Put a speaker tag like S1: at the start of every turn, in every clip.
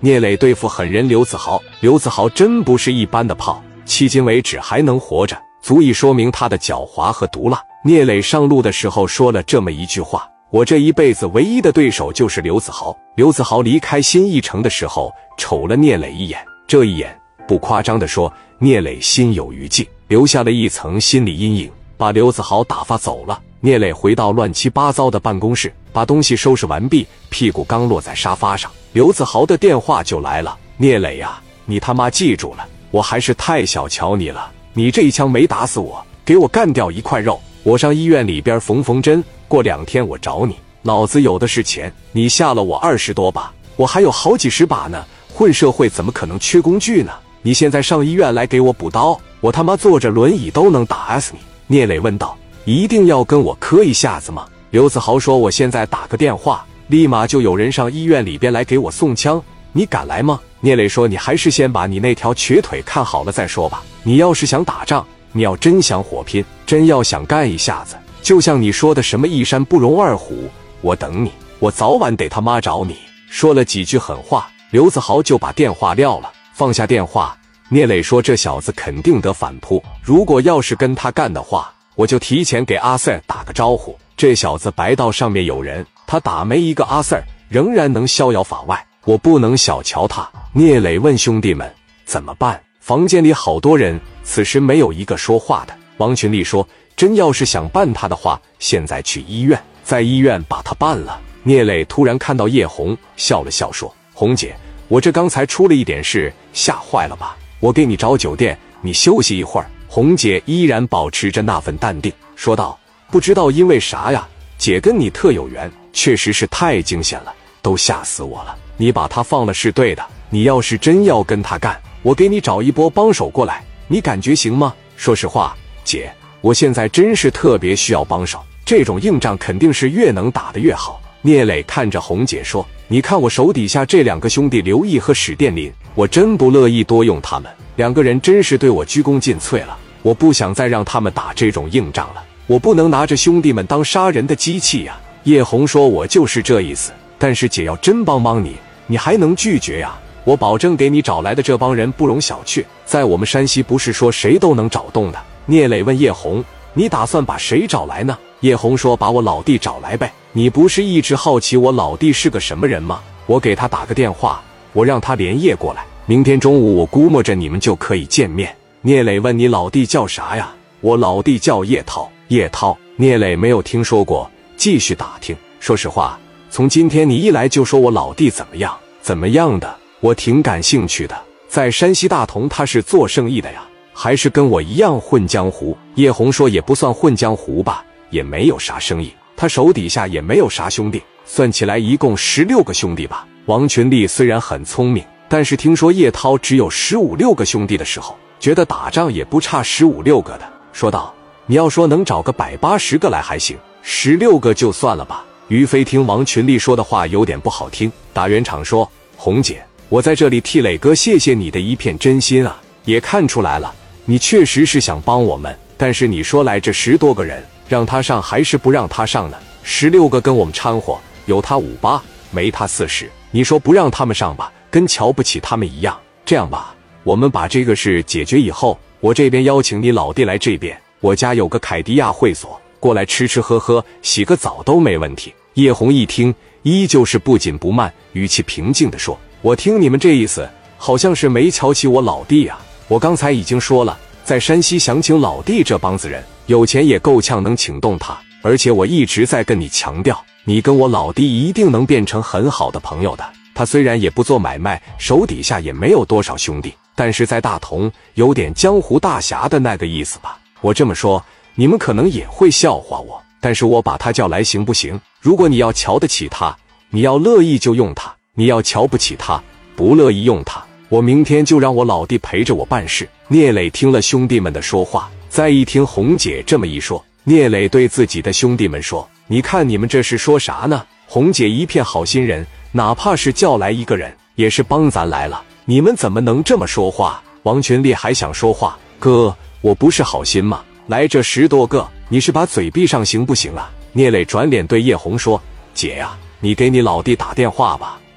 S1: 聂磊对付狠人刘子豪，刘子豪真不是一般的炮，迄今为止还能活着，足以说明他的狡猾和毒辣。聂磊上路的时候说了这么一句话：我这一辈子唯一的对手就是刘子豪。刘子豪离开新艺城的时候瞅了聂磊一眼，这一眼不夸张地说，聂磊心有余悸，留下了一层心理阴影，把刘子豪打发走了。聂磊回到乱七八糟的办公室，把东西收拾完毕，屁股刚落在沙发上，刘子豪的电话就来了：聂磊呀，你他妈记住了，我还是太小瞧你了，你这一枪没打死我，给我干掉一块肉，我上医院里边缝针，过2天我找你，老子有的是钱，你下了我20多把，我还有好几10把呢，混社会怎么可能缺工具呢？你现在上医院来给我补刀，我他妈坐着轮椅都能打死你。聂磊问道：一定要跟我磕一下子吗？刘子豪说：我现在打个电话，立马就有人上医院里边来给我送枪，你敢来吗？聂磊说：你还是先把你那条瘸腿看好了再说吧，你要是想打仗，你要真想火拼，真要想干一下子，就像你说的什么一山不容二虎，我等你，我早晚得他妈找你。说了几句狠话，刘子豪就把电话撂了。放下电话，聂磊说：这小子肯定得反扑，如果要是跟他干的话，我就提前给阿 Sir 打个招呼。这小子白道上面有人，他打没一个阿 Sir， 仍然能逍遥法外，我不能小瞧他。聂磊问兄弟们怎么办？房间里好多人，此时没有一个说话的。王群力说：真要是想办他的话，现在去医院，在医院把他办了。聂磊突然看到叶红，笑了笑说：红姐，我这刚才出了一点事，吓坏了吧？我给你找酒店，你休息一会儿。红姐依然保持着那份淡定，说道：不知道因为啥呀，姐跟你特有缘，确实是太惊险了，都吓死我了。你把他放了是对的，你要是真要跟他干，我给你找一波帮手过来，你感觉行吗？说实话，姐，我现在真是特别需要帮手，这种硬仗肯定是越能打得越好。聂磊看着红姐说：你看我手底下这2个兄弟刘毅和史殿林，我真不乐意多用他们，2个人真是对我鞠躬尽瘁了，我不想再让他们打这种硬仗了，我不能拿着兄弟们当杀人的机器呀。叶红说：我就是这意思，但是姐要真帮帮你，你还能拒绝呀？我保证给你找来的这帮人不容小觑，在我们山西不是说谁都能找动的。聂磊问叶红：你打算把谁找来呢？叶红说：把我老弟找来呗，你不是一直好奇我老弟是个什么人吗？我给他打个电话，我让他连夜过来，明天中午我估摸着你们就可以见面。聂磊问：你老弟叫啥呀？我老弟叫叶涛。叶涛，聂磊没有听说过，继续打听。说实话，从今天你一来就说我老弟怎么样怎么样的，我挺感兴趣的。在山西大同他是做生意的呀，还是跟我一样混江湖？叶红说：也不算混江湖吧，也没有啥生意，他手底下也没有啥兄弟，算起来一共16个兄弟吧。王群力虽然很聪明，但是听说叶涛只有15、16个兄弟的时候，觉得打仗也不差15、16个的，说道：你要说能找个100、80个来还行，16个就算了吧。于飞听王群力说的话有点不好听，打圆场说：红姐，我在这里替磊哥谢谢你的一片真心啊，也看出来了，你确实是想帮我们，但是你说来这10多个人，让他上还是不让他上呢？16个跟我们掺和，有他58，没他40，你说不让他们上吧，跟瞧不起他们一样。这样吧，我们把这个事解决以后，我这边邀请你老弟来这边，我家有个凯迪亚会所，过来吃吃喝喝，洗个澡都没问题。叶红一听，依旧是不紧不慢，语气平静地说：我听你们这意思，好像是没瞧起我老弟啊。我刚才已经说了，在山西想请老弟这帮子人，有钱也够呛能请动他，而且我一直在跟你强调，你跟我老弟一定能变成很好的朋友的。他虽然也不做买卖，手底下也没有多少兄弟，但是在大同有点江湖大侠的那个意思吧。我这么说，你们可能也会笑话我，但是我把他叫来行不行？如果你要瞧得起他，你要乐意就用他；你要瞧不起他，不乐意用他，我明天就让我老弟陪着我办事。聂磊听了兄弟们的说话，再一听红姐这么一说，聂磊对自己的兄弟们说：你看你们这是说啥呢？红姐一片好心人，哪怕是叫来一个人，也是帮咱来了，你们怎么能这么说话？王群力还想说话：哥，我不是好心吗？来这10多个，你是把嘴闭上行不行啊？聂磊转脸对叶红说：姐呀，你给你老弟打电话吧，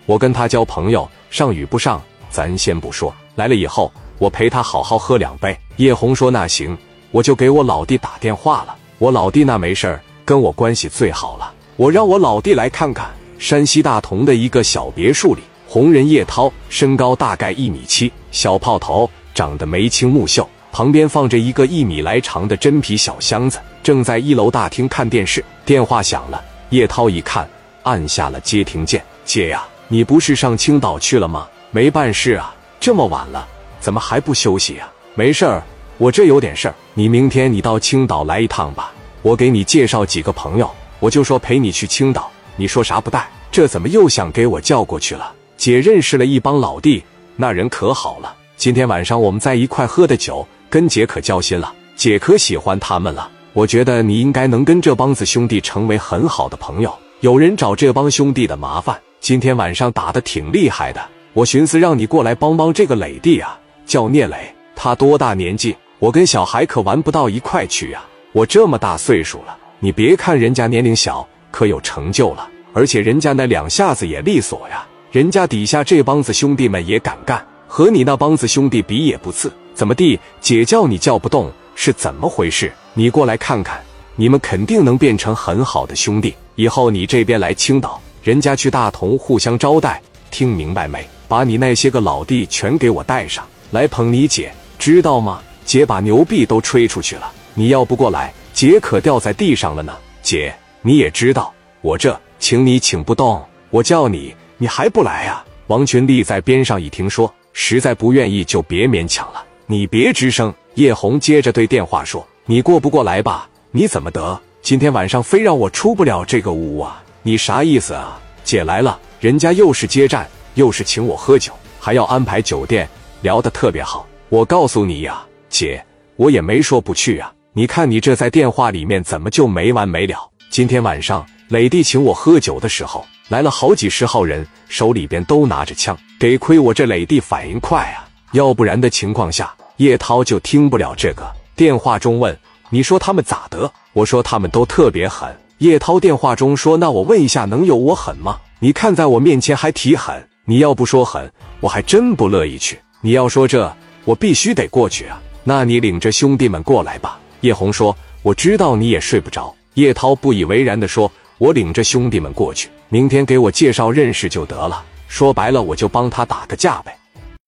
S1: 我跟他交朋友，上与不上，咱先不说。来了以后，我陪他好好喝2杯。叶红说那行，我就给我老弟打电话了。我老弟那没事儿，跟我关系最好了。我让我老弟来看看山西大同的一个小别墅里，红人叶涛，身高大概1.7米，小炮头，长得眉清目秀，旁边放着一个1米来长的真皮小箱子，正在1楼大厅看电视。电话响了，叶涛一看，按下了接听键。姐呀，你不是上青岛去了吗？没办事啊，这么晚了，怎么还不休息啊？没事儿，我这有点事儿，你明天你到青岛来一趟吧，我给你介绍几个朋友，我就说陪你去青岛，你说啥不带？这怎么又想给我叫过去了？姐认识了一帮老弟，那人可好了，今天晚上我们在一块喝的酒，跟姐可交心了，姐可喜欢他们了。我觉得你应该能跟这帮子兄弟成为很好的朋友。有人找这帮兄弟的麻烦，今天晚上打得挺厉害的，我寻思让你过来帮帮这个磊弟啊，叫聂磊。他多大年纪？我跟小孩可玩不到一块去啊，我这么大岁数了，你别看人家年龄小，可有成就了，而且人家那2下子也利索呀，人家底下这帮子兄弟们也敢干，和你那帮子兄弟比也不次。怎么地，姐叫你叫不动是怎么回事？你过来看看，你们肯定能变成很好的兄弟。以后你这边来青岛，人家去大同互相招待，听明白没？把你那些个老弟全给我带上来捧你姐，知道吗？姐把牛逼都吹出去了，你要不过来，姐可掉在地上了呢。姐，你也知道，我这请你请不动，我叫你，你还不来啊？王群力在边上一听说，实在不愿意就别勉强了，你别吱声。叶红接着对电话说，你过不过来吧？你怎么得？今天晚上非让我出不了这个屋啊？你啥意思啊？姐来了，人家又是接站，又是请我喝酒，还要安排酒店，聊得特别好。我告诉你呀，姐，我也没说不去啊。你看你这在电话里面怎么就没完没了？今天晚上磊弟请我喝酒的时候，来了好几10号人，手里边都拿着枪，得亏我这磊弟反应快啊，要不然的情况下，叶涛就听不了这个。电话中问，你说他们咋得？我说他们都特别狠。叶涛电话中说，那我问一下，能有我狠吗？你看在我面前还提狠，你要不说狠，我还真不乐意去。你要说这，我必须得过去啊。那你领着兄弟们过来吧。叶红说，我知道你也睡不着。叶涛不以为然地说，我领着兄弟们过去，明天给我介绍认识就得了，说白了我就帮他打个架呗。